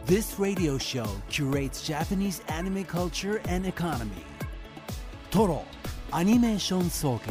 This radio show curates Japanese anime culture and economy. Toro Animation Souken.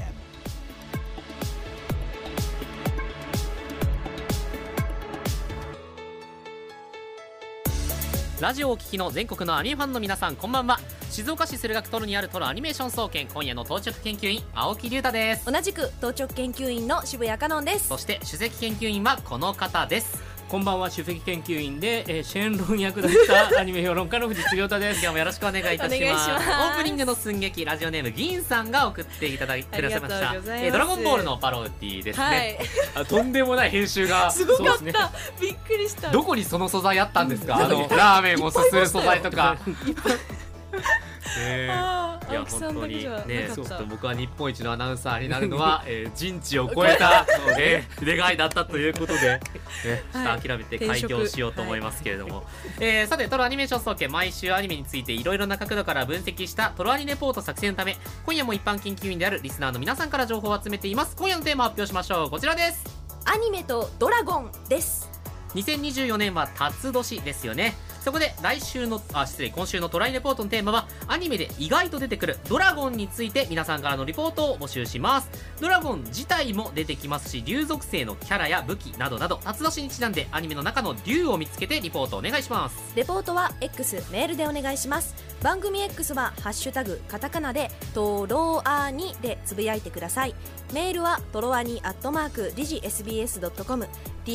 ラジオをお聞きの全国のアニメファンの皆さん、こんばんは。静岡市駿河区トロにあるトロアニメーション総研、今夜の当直研究員青木龍太です。 同じく当直研究員の渋谷香音です。 そして首席研究員はこの方です。 こんばんは。首席研究員で、シェンロン役だったアニメ評論家の藤津亮太です。 今日もよろしくお願いいたします。オープニングの寸劇、ラジオネーム銀さんが送っていただいてくださいました。ドラゴンボールのパロディですね、 はい、とんでもない編集がすごかった、ね、びっくりした。 どこにその素材あったんですか？ラーメンをすする素材とかいや本当にね、僕は日本一のアナウンサーになるのは、人知を超えた、願いだったということで、諦めて開業しようと思いますけれども、さてトロアニメーション総研、毎週アニメについていろいろな角度から分析したトロアニレポート作成のため、今夜も一般研究員であるリスナーの皆さんから情報を集めています。今夜のテーマを発表しましょう。こちらです。 アニメとドラゴンです。 2024年は辰年ですよね。そこで今週のトライレポートのテーマは、アニメで意外と出てくるドラゴンについて皆さんからのリポートを募集します。ドラゴン自体も出てきますし、竜属性のキャラや武器などなど、辰年にちなんでアニメの中の竜を見つけてリポートお願いします。 レポートは X メールでお願いします。番組 X はハッシュタグカタカナでトロアニでつぶやいてください。メールはトロアニ@digisbs.com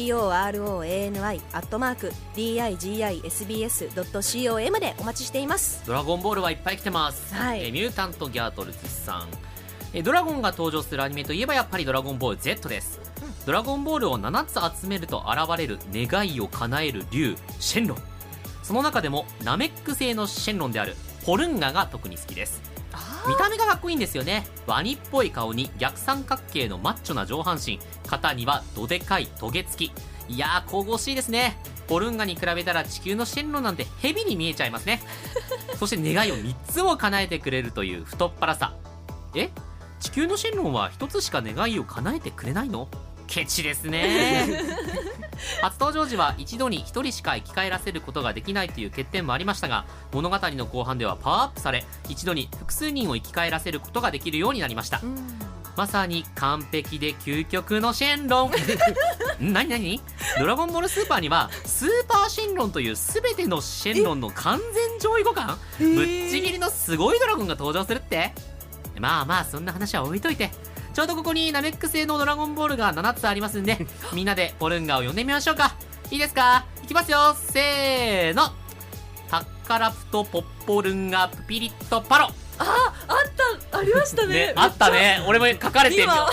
TOROANI@digisbs.com でお待ちしています。 ドラゴンボールはいっぱい来てます、ミュータントギャートルズさん、ドラゴンが登場するアニメといえばやっぱりドラゴンボール Z です、ドラゴンボールを7つ集めると現れる願いを叶える竜シェンロン、その中でもナメック星のシェンロンであるポルンガが特に好きです。見た目がかっこいいんですよね。ワニっぽい顔に逆三角形のマッチョな上半身、肩にはどでかいトゲ付き、いやー神々しいですね。ポルンガに比べたら地球のシェンロンなんてヘビに見えちゃいますねそして願いを3つも叶えてくれるという太っ腹さ。地球のシェンロンは1つしか願いを叶えてくれないの？ケチですね初登場時は一度に1人しか生き返らせることができないという欠点もありましたが、物語の後半ではパワーアップされ、一度に複数人を生き返らせることができるようになりました。まさに完璧で究極のシェンロン何ドラゴンボールスーパーにはスーパーシェンロンという全てのシェンロンの完全上位互換、ぶっちぎりのすごいドラゴンが登場するって。まあそんな話は置いといて、ちょうどここにナメック星のドラゴンボールが7つありますんでみんなでポルンガを呼んでみましょうか。いいですか？いきますよ、せーの。タッカラプトポッポルンガプピリットパロ。 ありましたねあったね。俺も書かれてるよ、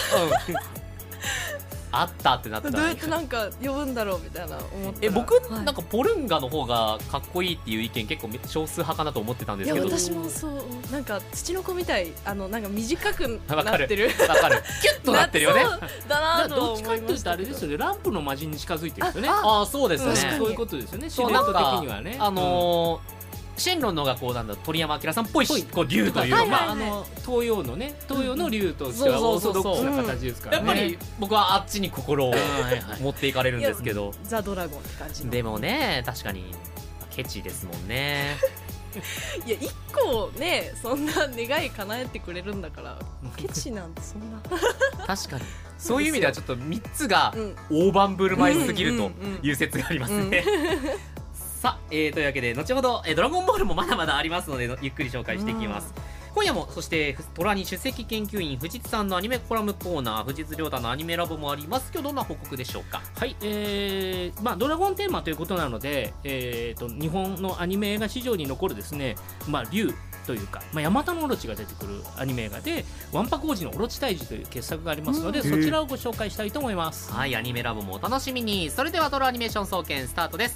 あったってなった。 どうやってなんか呼ぶんだろうみたいな思って。 僕、なんかポルンガの方がかっこいいっていう意見結構少数派かなと思ってたんですけど。 いや私もそう、なんか土の子みたい、なんか短くなってるわかるキュッとなってるよねだなとどっちかっていうとあれですよね、ランプの魔人に近づいてるんですよね。 そうですね、 そういうことですよね、シルエット的にはね。 シェンロンの方がこうなんだ、鳥山明さんっぽいし、こう竜という、 東洋の竜としてはオーソドックスな形ですからね。 やっぱり僕はあっちに心を持っていかれるんですけど、 ザ・ドラゴンって感じ。 でもね、確かにケチですもんねいや1個ね、そんな願い叶えてくれるんだからケチなんてそんな確かにそういう意味ではちょっと3つが大盤振る舞いすぎるという説がありますね。さあ、というわけで後ほど、ドラゴンボールもまだまだありますのでゆっくり紹介していきます。今夜もそしてトラに首席研究員藤津さんのアニメコラムコーナー、藤津亮太のアニメラボもあります。今日どんな報告でしょうか？ はい、ドラゴンテーマということなので、日本のアニメ映画史上に残るですね、竜というか、ヤマタノオロチが出てくるアニメ映画でわんぱく王子のオロチ退治という傑作がありますので、そちらをご紹介したいと思います。 はい、アニメラボもお楽しみに。それではトロアニメーション総研スタートです。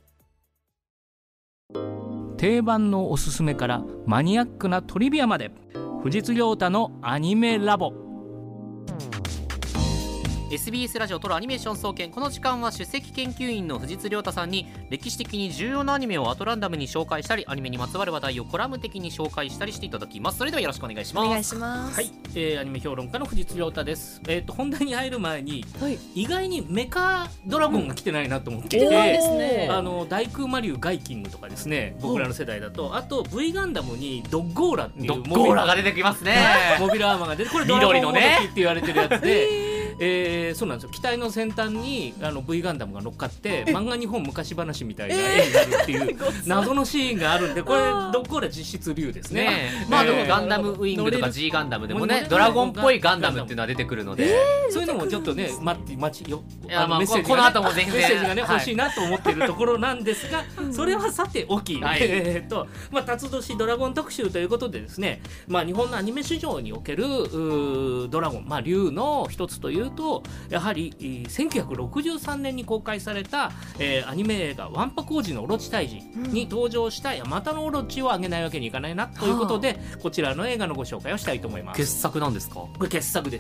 定番のおすすめからマニアックなトリビアまで、藤津亮太のアニメラボ。 SBS ラジオトロアニメーション総研、この時間は出席研究員の藤津亮太さんに歴史的に重要なアニメをアトランダムに紹介したり、アニメにまつわる話題をコラム的に紹介したりしていただきます。それではよろしくお願いします。 お願いします。 はい、アニメ評論家の藤津亮太です。本題に入る前に、 はい、 意外にメカドラゴンが来てないなと思ってて、 ですね、 大空魔竜ガイキングとかですね、僕らの世代だと、あと V ガンダムにドッゴーラっていうドッゴーラが出てきますね。 モビルアーマーが出て、これドラゴンごときって言われてるやつで、そうなんですよ。機体の先端にV ガンダムが乗っかって漫画日本昔話みたいな絵になるっていう謎のシーンがあるんで、これドッゴーラ実質竜ですね。 まあでもガンダムウィングとか G ガンダムでもね、ドラゴンっぽいガンダムっていうのは出てくるので、 そういうのもちょっとね、待ちよ、メッセージこの後も全然メッセージがね欲しいなと思っているところなんですが、それはさておき、辰年ドラゴン特集ということでですね、日本のアニメ市場におけるドラゴン、竜の一つというと、やはり1963年に公開された、アニメ映画わんぱく王子のオロチ退治に登場したヤマタノオロチをあげないわけにいかないなということで、こちらの映画のご紹介をしたいと思います。 傑作なんですか？ これ傑作です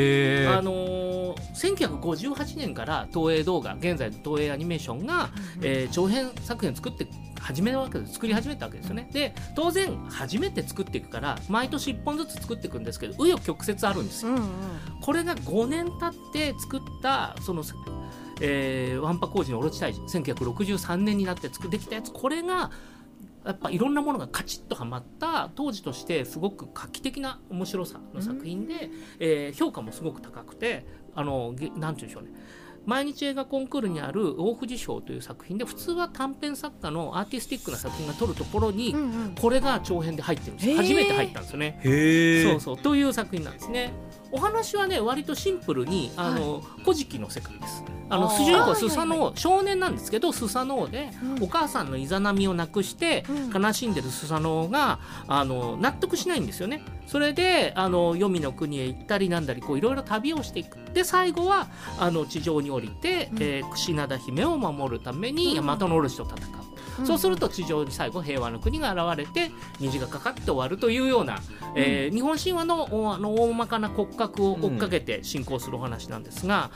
。1958年から東映動画、現在の東映アニメーションが、長編作品を作り始めたわけですよね。で、当然初めて作っていくから毎年1本ずつ作っていくんですけど、紆余曲折あるんですよ。これが5年経って作ったその、わんぱく王子のオロチ退治、1963年になってできたやつ、これがやっぱいろんなものがカチッとはまった当時としてすごく画期的な面白さの作品で、評価もすごく高くて、なんて言うんでしょうね、毎日映画コンクールにある大藤賞という作品で、普通は短編作家のアーティスティックな作品が撮るところに、これが長編で入ってるんです。初めて入ったんですよね。という作品なんですね。お話はね、割とシンプルに古事記の世界です。主人公はスサノオ、少年なんですけどスサノオで、お母さんのイザナミを亡くして悲しんでるスサノオが納得しないんですよね。それで黄泉の国へ行ったりなんだり、いろいろ旅をしていく。で最後は地上に降りて、櫛灘姫を守るためにヤマタノオロチと戦う。そうすると地上に最後平和の国が現れて虹がかかって終わるというような、日本神話の大まかな骨格を追っかけて進行するお話なんですが、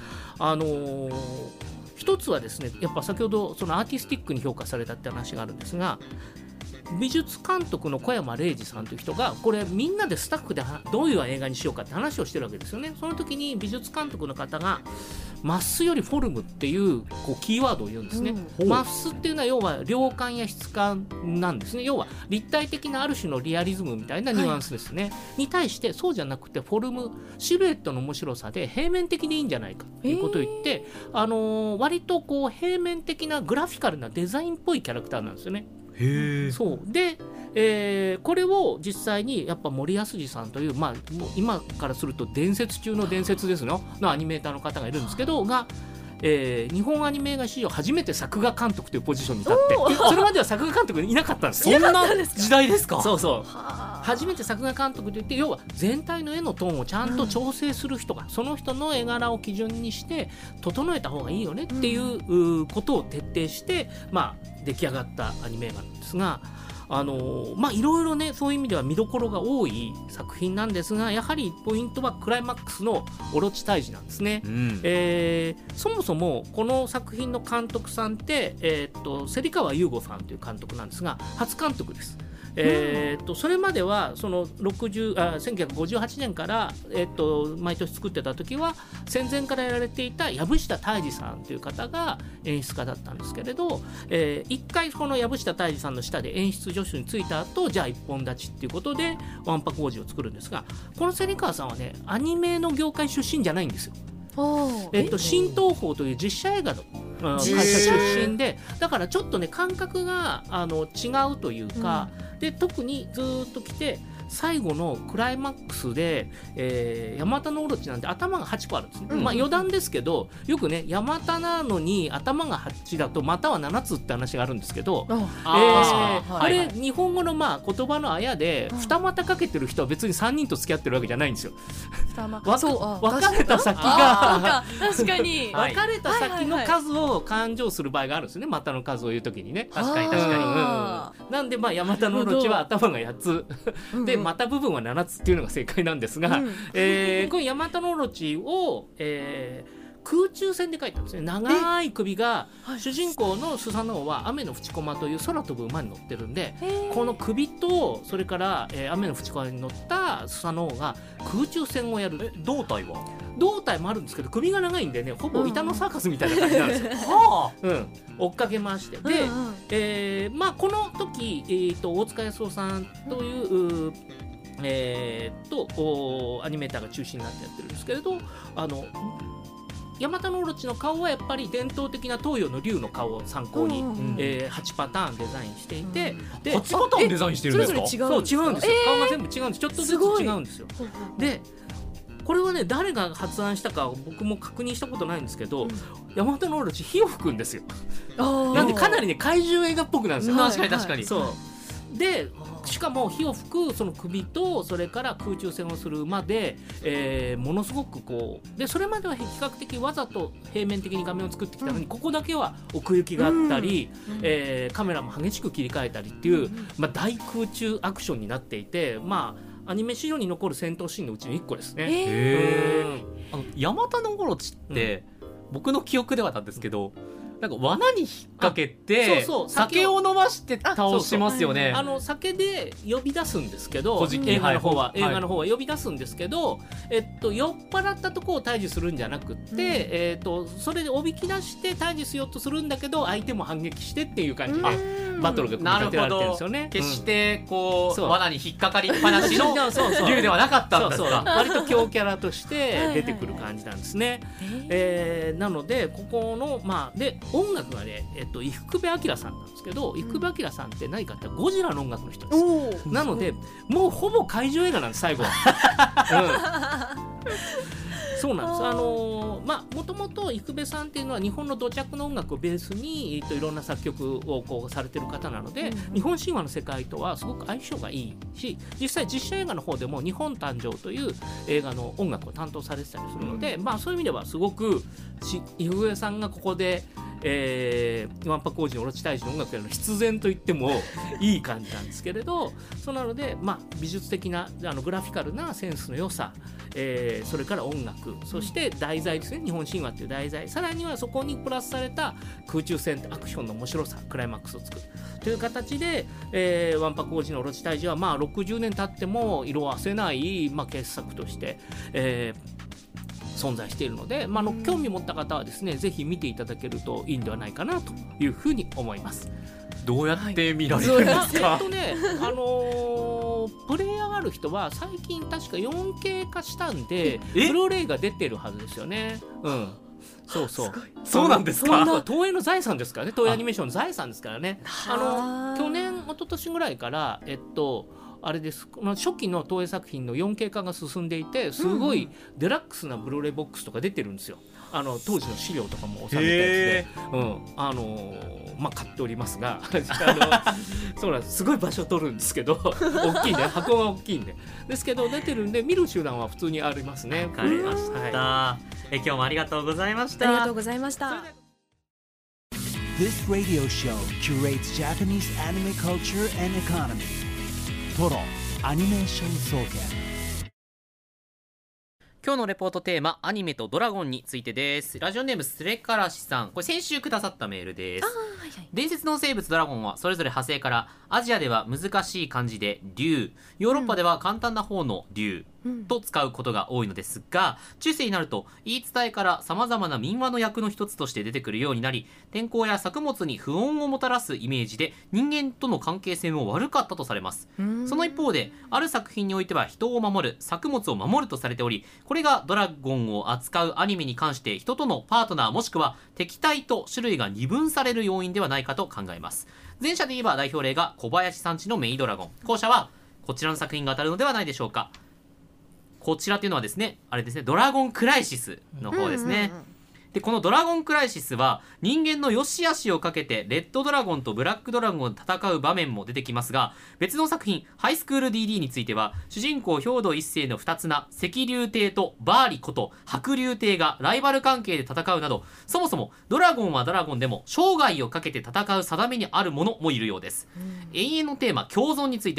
一つはですね、やっぱ先ほどそのアーティスティックに評価されたって話があるんですが、美術監督の小山玲二さんという人が、これみんなでスタッフでどういう映画にしようかって話をしてるわけですよね。その時に美術監督の方がマスよりフォルムっていうキーワードを言うんですね。マスっていうのは要は量感や質感なんですね。要は立体的なある種のリアリズムみたいなニュアンスですね、に対して、そうじゃなくてフォルム、シルエットの面白さで平面的でいいんじゃないかということを言って、割と平面的なグラフィカルなデザインっぽいキャラクターなんですよね。そうで、これを実際にやっぱ森保二さんという、もう今からすると伝説中の伝説ですのアニメーターの方がいるんですけどが、日本アニメ映画史上初めて作画監督というポジションに立って、それまでは作画監督いなかったんですよ。 そんな時代ですか？ そう初めて作画監督といって、要は全体の絵のトーンをちゃんと調整する人が、その人の絵柄を基準にして整えた方がいいよねっていうことを徹底して、出来上がったアニメ映画なんですが、いろいろね、そういう意味では見どころが多い作品なんですが、やはりポイントはクライマックスのオロチ退治なんですね。そもそもこの作品の監督さんって、芹川優吾さんという監督なんですが、初監督です。それまではその1958年から、毎年作ってた時は戦前からやられていた藪下泰治さんという方が演出家だったんですけれど、一回この藪下泰治さんの下で演出助手に就いた後、じゃあ一本立ちっていうことでわんぱく王子を作るんですが、この芹川さんはね、アニメの業界出身じゃないんですよ。新東宝という実写映画の会社出身で、だからちょっとね感覚が違うというか、で特にずっと来て最後のクライマックスで、ヤマタノオロチなんて頭が8個あるんですね、余談ですけど、よくねヤマタなのに頭が8だとまたは7つって話があるんですけど、あれ日本語の言葉のあやで、二股かけてる人は別に3人と付き合ってるわけじゃないんですよ。別れた先が確かに別れた先の数を勘定する場合があるんですよね、股の数を言うときにね。 確かになんでヤマタノオロチは頭が8つで股部分は7つっていうのが正解なんですが、このヤマタノオロチを、 空中戦で描いたんですね。長い首が、 はい主人公のスサノオは雨の淵駒という空飛ぶ馬に乗ってるんで、この首とそれから、雨の淵駒に乗ったスサノオが空中戦をやる。 胴体は胴体もあるんですけど首が長いんでね、ほぼ板のサーカスみたいな感じなんですよ、 は追っかけましてで、 うんうんまあ、この時、大塚康夫さんという、アニメーターが中心になってやってるんですけれど、ヤマタノオロチの顔はやっぱり伝統的な東洋の竜の顔を参考に、8パターンデザインしていて、で 8パターンデザインしてるんですか？ それぞれ違うんですか？ そう違うんですよ、顔が全部違うんです。ちょっとずつ違うんですよ。でこれはね、誰が発案したか僕も確認したことないんですけど、ヤマタノオロチ火を吹くんですよ。なんでかなりね怪獣映画っぽくなるんですよ。 確かに確かに。 そうで、しかも火を吹くその首とそれから空中戦をする馬で、ものすごくこうで、それまでは比較的わざと平面的に画面を作ってきたのに、ここだけは奥行きがあったり、カメラも激しく切り替えたりっていう、大空中アクションになっていて、アニメ史上に残る戦闘シーンのうちの1個ですね。 ヤマタノオロチって、僕の記憶ではなんですけど、なんか罠に引っ掛けて酒を飲まして倒しますよね。 酒で呼び出すんですけど、 映画の方は呼び出すんですけど、酔っ払ったとこを退治するんじゃなくって、それでおびき出して退治しようとするんだけど、相手も反撃してっていう感じでバトルが組み立てられてるんですよね。 決してこう罠に引っかかりっぱなしの竜ではなかったんですか？ 割と強キャラとして出てくる感じなんですね。なのでここので音楽がね、伊福部明さんなんですけど、伊福部明さんって何かってゴジラの音楽の人です。なのでもうほぼ怪獣映画なんです最後は。そうなんです。もともと伊福部さんっていうのは日本の土着の音楽をベースに、いろんな作曲をこうされてる方なので、日本神話の世界とはすごく相性がいいし、実際実写映画の方でも日本誕生という映画の音楽を担当されてたりするので、そういう意味ではすごく伊福部さんがここでワンパ工事のオロチ大使の音楽やるの必然と言ってもいい感じなんですけれど、そうなので、美術的なグラフィカルなセンスの良さ、それから音楽、そして題材ですね、日本神話っていう題材、さらにはそこにプラスされた空中戦アクションの面白さ、クライマックスを作るという形で、ワンパ工事のオロチ大使は60年経っても色あせない、傑作として、存在しているので、興味持った方はですね、ぜひ見ていただけるといいんではないかなというふうに思います。 どうやって見られるんですか？ プレイヤーがある人は最近確か 4K 化したんでブルーレイが出てるはずですよね。 そうなんですか？ 東映の財産ですからね、東映アニメーションの財産ですからね。去年一昨年ぐらいからあれです、初期の東映作品の 4K 化が進んでいて、すごいデラックスなブルーレイボックスとか出てるんですよ。当時の資料とかも収めたやつで、買っておりますがそうなんです、すごい場所取るんですけど大きいね、箱が大きいんですけど出てるんで、見る手段は普通にありますね。 わかりました。今日もありがとうございました。 ありがとうございました。 This radio show curates Japanese anime culture and economy. Toro Animation Soken。 今日のレポートテーマ、アニメとドラゴンについてです。ラジオネームスレからしさん、これ先週くださったメールです。伝説の生物ドラゴンはそれぞれ派生から、アジアでは難しい漢字で竜、ヨーロッパでは簡単な方の竜と使うことが多いのですが、中世になると言い伝えから様々な民話の役の一つとして出てくるようになり、天候や作物に不穏をもたらすイメージで人間との関係性も悪かったとされます。その一方で、ある作品においては人を守る、作物を守るとされており、これがドラゴンを扱うアニメに関して人とのパートナーもしくは敵対と種類が二分される要因ではないかと考えます。前者で言えば代表例が小林さんちのメイドラゴン、後者はこちらの作品が当たるのではないでしょうか。こちらというのはですね、あれですね、ドラゴンクライシスの方ですね。でこのドラゴンクライシスは人間の良し悪しをかけてレッドドラゴンとブラックドラゴンで戦う場面も出てきますが、別の作品ハイスクール DD については主人公兵道一世の二つ名赤竜帝とバーリこと白竜帝がライバル関係で戦うなど、そもそもドラゴンはドラゴンでも生涯をかけて戦う定めにあるものもいるようです。永遠のテーマ共存については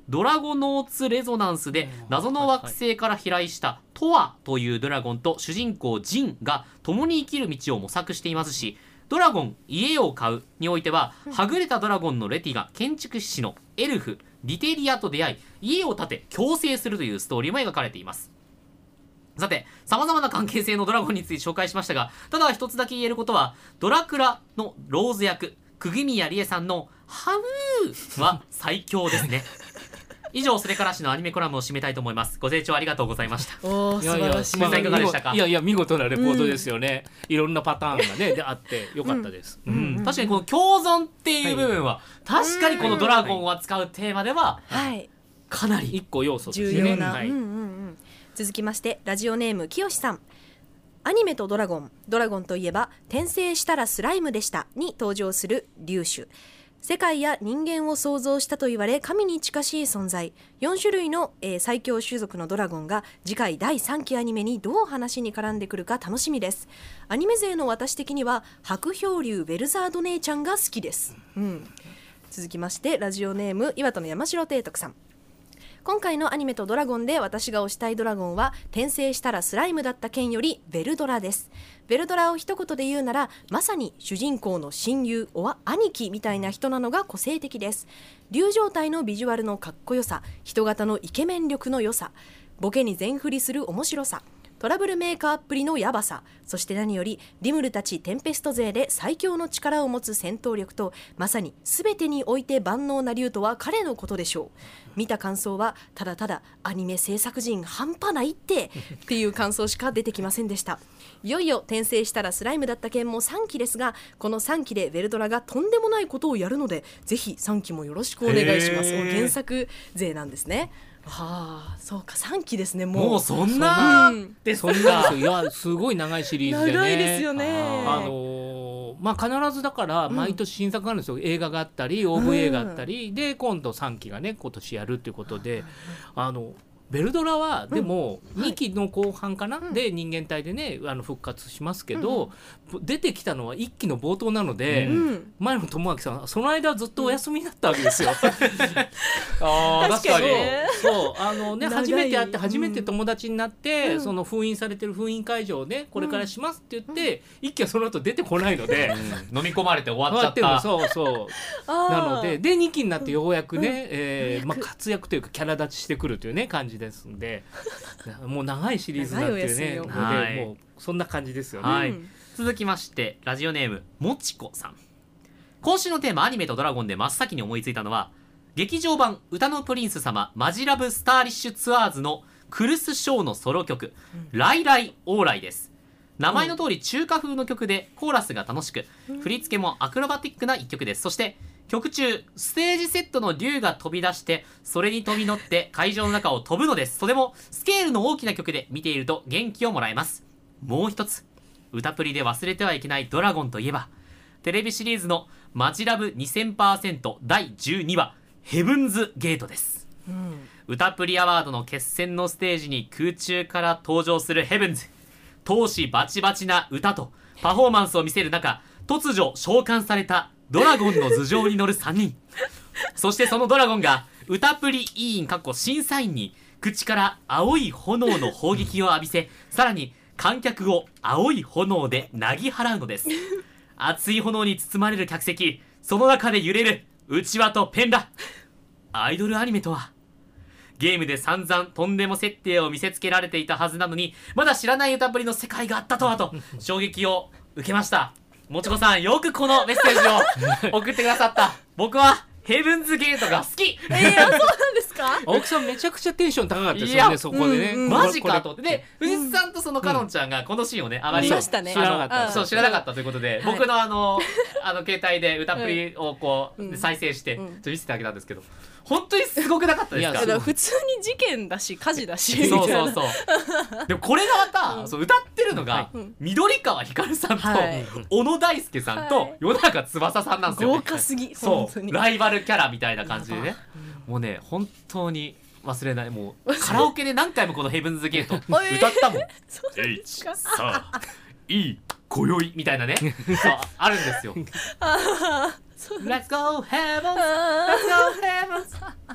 ドラゴノーツレゾナンスで謎の惑星から飛来したトアというドラゴンと主人公ジンが共に生きる道を模索していますし、ドラゴン家を買うにおいては、はぐれたドラゴンのレティが建築士のエルフリテリアと出会い家を建て共生するというストーリーも描かれています。さて、様々な関係性のドラゴンについて紹介しましたが、ただ一つだけ言えることは、ドラクラのローズ役釘宮理恵さんのハムーは最強ですね。以上、それからしのアニメコラムを締めたいと思います。ご清聴ありがとうございました。 おー、素晴らしい。 いかがでしたか？ いやいや、見事なレポートですよね。いろんなパターンがねであってよかったです。 確かにこの共存っていう部分は、確かにこのドラゴンを扱うテーマでは、かなり一個要素ですね。 重要な。続きまして、ラジオネームきよしさん。アニメとドラゴン、ドラゴンといえば転生したらスライムでしたに登場する竜種。世界や人間を創造したと言われ神に近しい存在、4種類の、最強種族のドラゴンが次回第3期アニメにどう話に絡んでくるか楽しみです。アニメ勢の私的には白氷竜ベルザード姉ちゃんが好きです。続きまして、ラジオネーム岩戸の山城提督さん。今回のアニメとドラゴンで私が推したいドラゴンは転生したらスライムだった件よりベルドラです。ベルドラを一言で言うなら、まさに主人公の親友兄貴みたいな人なのが個性的です。竜状態のビジュアルのかっこよさ、人型のイケメン力の良さ、ボケに全振りする面白さ、トラブルメーカーっぷりのヤバさ、そして何よりリムルたちテンペスト勢で最強の力を持つ戦闘力と、まさに全てにおいて万能な竜とは彼のことでしょう。見た感想はただただアニメ制作陣半端ないっていう感想しか出てきませんでした。いよいよ転生したらスライムだった件も3期ですが、この3期でベルドラがとんでもないことをやるので、ぜひ3期もよろしくお願いします。原作勢なんですね。はあ、そうか、3期ですね。もうそんなですか。いや、すごい長いシリーズでね。 長いですよね。 必ずだから毎年新作があるんですよ。映画があったり OVA があったりで、今度3期がね今年やるっていうことで、ベルドラはでも2期の後半かな、で人間体でね復活しますけど、出てきたのは1期の冒頭なので、前野智明さんはその間ずっとお休みだったわけですよ。 確かにそう初めて会って初めて友達になって、その封印されてる封印解除をねこれからしますって言って、1期はその後出てこないので、 飲み込まれて終わっちゃった。 そうなので2期になってようやくね、活躍というかキャラ立ちしてくるというね感じですんで、もう長いシリーズなんていうね、もうそんな感じですよね。 続きましてラジオネームもちこさん。今週のテーマアニメとドラゴンで真っ先に思いついたのは、劇場版歌のプリンス様マジラブスターリッシュツアーズのクルスショーのソロ曲、ライライオーライです。名前の通り中華風の曲でコーラスが楽しく、振り付けもアクロバティックな一曲です。そして曲中ステージセットの竜が飛び出してそれに飛び乗って会場の中を飛ぶのです。とてもスケールの大きな曲で見ていると元気をもらえます。もう一つ、歌プリで忘れてはいけないドラゴンといえば、テレビシリーズのマジラブ 2000% 第12話ヘブンズゲートです。歌プリアワードの決戦のステージに空中から登場するヘブンズ。闘志バチバチな歌とパフォーマンスを見せる中、突如召喚されたドラゴンの頭上に乗る3人。そしてそのドラゴンが歌プリ委員審査員に口から青い炎の砲撃を浴びせ、さらに観客を青い炎でなぎ払うのです。熱い炎に包まれる客席、その中で揺れるうちわとペンラ。アイドルアニメとは。ゲームで散々とんでも設定を見せつけられていたはずなのに、まだ知らない歌プリの世界があったとはと衝撃を受けました。もちこさん、よくこのメッセージを送ってくださった。僕はヘブンズゲートが好き。 そうなんですか？ 青木さんめちゃくちゃテンション高かったですよね、そこでね。 マジかと思って。で、藤津さんとそのかのんちゃんがこのシーンをね、あまり知らなかったということで、僕の携帯で歌プリをこう再生して見せてあげたんですけど、本当にすごくなかったですか？ 普通に事件だし火事だし。 そうでもこれがまた歌ってるのが緑川光さんと小野大輔さんと与永翼さんなんですよ。 豪華すぎ。 そうライバルキャラみたいな感じでね、もうね本当に忘れない。もうカラオケで何回もこのヘブンズゲート歌ったもん。H さあいい今宵みたいなね、そうあるんですよ。Let's go heavens, let's go heavens。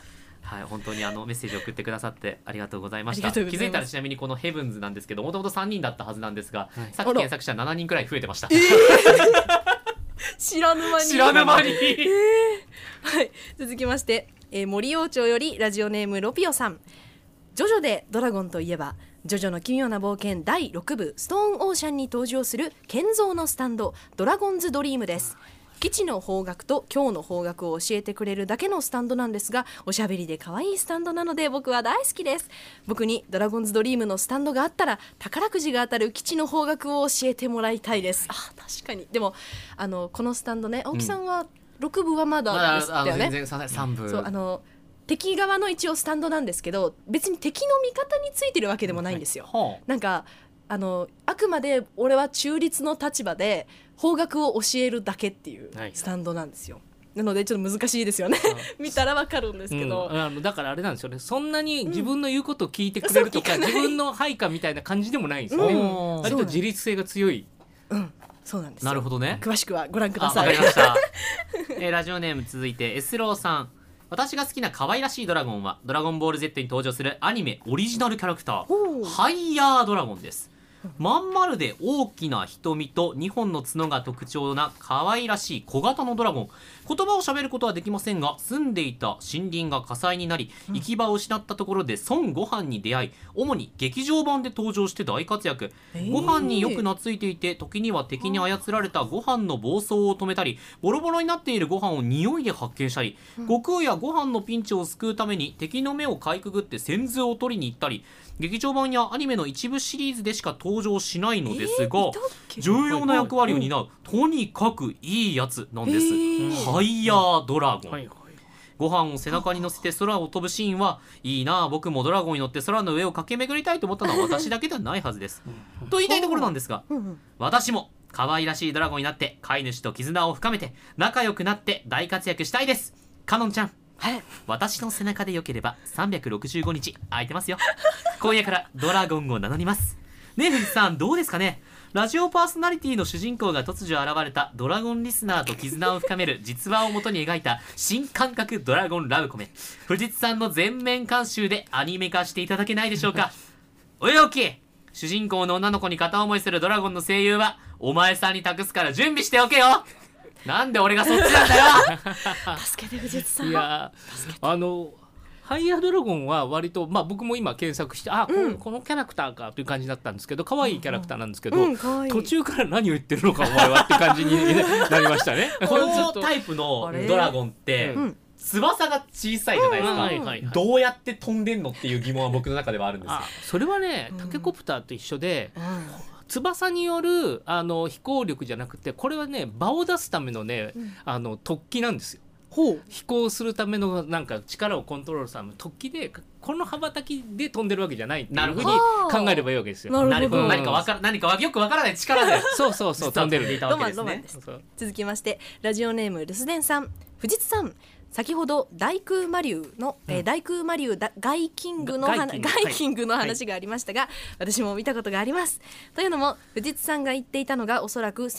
はい、本当にメッセージを送ってくださってありがとうございました。 ありがとうございます。 気づいたらちなみにこのヘブンズなんですけど、もともと3人だったはずなんですが、 はい、 さっき検索したら7人くらい増えてました。 知らぬ間に知らぬ間にはい、続きまして、森王町よりラジオネームロピオさん。ジョジョでドラゴンといえば、ジョジョの奇妙な冒険第6部ストーンオーシャンに登場する建造のスタンド、ドラゴンズドリームです。基地の方角と今日の方角を教えてくれるだけのスタンドなんですが、おしゃべりで可愛いスタンドなので僕は大好きです。僕にドラゴンズドリームのスタンドがあったら宝くじが当たる基地の方角を教えてもらいたいです。あ、確かに。でもこのスタンドね、青木さんは6部はまだですよね。 全然3部、 そう敵側の一応スタンドなんですけど、別に敵の味方についてるわけでもないんですよ、 はい、 なんかあくまで俺は中立の立場で方角を教えるだけっていうスタンドなんですよ、はい、なのでちょっと難しいですよね見たらわかるんですけど、 だからあれなんですよね、そんなに自分の言うことを聞いてくれるとか、自分の配下みたいな感じでもないんですよね、割と自立性が強い、 そうなんですよ。 なるほどね。 詳しくはご覧ください。 わかりましたラジオネーム続いてエスローさん。私が好きな可愛らしいドラゴンはドラゴンボール Z に登場するアニメオリジナルキャラクターハイヤードラゴンです。まん丸で大きな瞳と2本の角が特徴な可愛らしい小型のドラゴン。言葉を喋ることはできませんが、住んでいた森林が火災になり行き場を失ったところで孫悟飯に出会い、主に劇場版で登場して大活躍。ご飯によく懐いていて、時には敵に操られたご飯の暴走を止めたり、ボロボロになっているご飯を匂いで発見したり、悟空やご飯のピンチを救うために敵の目をかいくぐって先頭を取りに行ったり、劇場版やアニメの一部シリーズでしか登場しないのですが、重要な役割を担う、とにかくいいやつなんです。ハイヤードラゴン、ご飯を背中に乗せて空を飛ぶシーンはいいなあ、僕もドラゴンに乗って空の上を駆け巡りたいと思ったのは私だけではないはずですと言いたいところなんですが、私も可愛らしいドラゴンになって飼い主と絆を深めて仲良くなって大活躍したいです。かのんちゃん、私の背中でよければ365日空いてますよ。今夜からドラゴンを名乗ります。ねえ藤さん、どうですかね。ラジオパーソナリティの主人公が突如現れたドラゴンリスナーと絆を深める実話をもとに描いた新感覚ドラゴンラブコメ、藤津さんの全面監修でアニメ化していただけないでしょうか。おいおき、主人公の女の子に片思いするドラゴンの声優はお前さんに託すから準備しておけよ。なんで俺がそっちなんだよ助けて藤津さん。 いやハイヤードラゴンは割と、僕も今検索してこのキャラクターかという感じだったんですけど、可愛いキャラクターなんですけど、途中から何を言ってるのかお前はって感じになりましたね。 このタイプのドラゴンって翼が小さいじゃないですか、どうやって飛んでんのっていう疑問は僕の中ではあるんですよ。 それはね、タケコプターと一緒で、翼による飛行力じゃなくて、これはね場を出すためのね、突起なんですよ。飛行するためのなんか力をコントロールするための突起で、この羽ばたきで飛んでるわけじゃないっていうふうに考えればいいわけですよ。 何かよくわからない力でそう飛んでるロマンです。続きましてラジオネーム留守電さん。藤津さん、先ほど大空魔竜の、大空魔竜ガイキングの話がありましたが、私も見たことがあります。というのも藤津さんが言っていたのがおそらく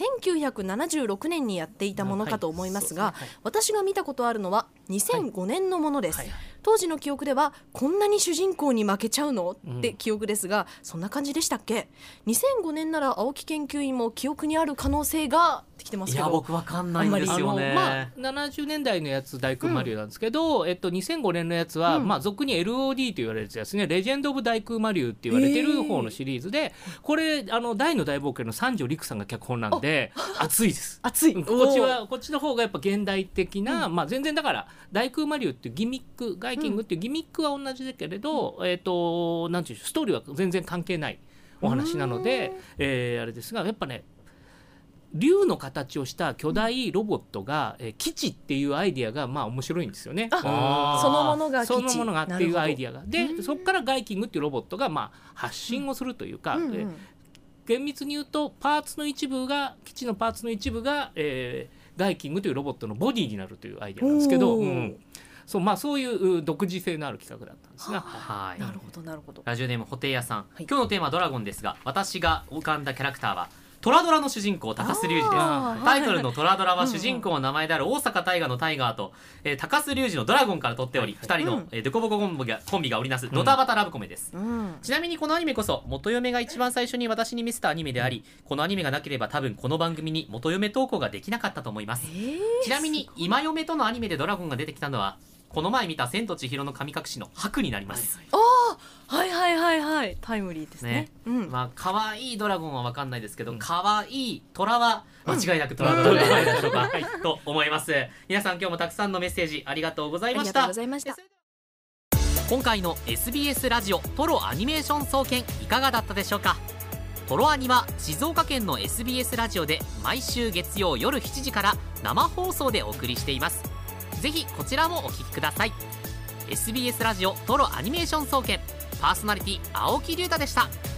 1976年にやっていたものかと思いますが、私が見たことあるのは2005年のものです。当時の記憶ではこんなに主人公に負けちゃうのって記憶ですが、そんな感じでしたっけ。2005年なら青木研究員も記憶にある可能性がってきてますけど、 いや僕わかんないんですよね。 70年代のやつ大空魔竜なんですけど、2005年のやつは、俗に LOD と言われるやつね、レジェンド・オブ・大空魔竜って言われてる方のシリーズで、これ大の大冒険の三条陸さんが脚本なんで熱いです。 熱い。 こっちの方がやっぱ現代的な、全然だから大空魔竜っていうギミック、ガイキングっていうギミックは同じだけれど、なんていうストーリーは全然関係ないお話なので、あれですが、やっぱね竜の形をした巨大ロボットが、基地っていうアイディアが面白いんですよね。 そのものが基地、 そのものがっていうアイディアがで、そこからガイキングっていうロボットが発信をするというか、厳密に言うとパーツの一部が基地のパーツの一部が、ガイキングというロボットのボディになるというアイディアなんですけど、そういう独自性のある企画だったんですが、 なるほどなるほど。 ラジオネームホテイヤさん、今日のテーマはドラゴンですが、私が浮かんだキャラクターはトラドラの主人公高須龍二です。 あータイトルのトラドラは主人公の名前である大阪大河のタイガーと、高須龍二のドラゴンから取っており、2人の、デコボココンビが織りなすドタバタラブコメです。ちなみにこのアニメこそ元嫁が一番最初に私に見せたアニメであり、このアニメがなければ多分この番組に元嫁投稿ができなかったと思います。ちなみに今嫁とのアニメでドラゴンが出てきたのはこの前見た千と千尋の神隠しの白になります。 はいはいはいはい、タイムリーですね。 まあ可愛いドラゴンは分かんないですけど、可愛い虎は間違いなくトラドラではないでしょうか、と思います。皆さん今日もたくさんのメッセージありがとうございました。今回の SBS ラジオトロアニメーション総研いかがだったでしょうか。トロアニは静岡県の SBS ラジオで毎週月曜夜7時から生放送でお送りしています。ぜひこちらもお聞きください。 SBS ラジオトロアニメーション総研パーソナリティ青木龍太でした。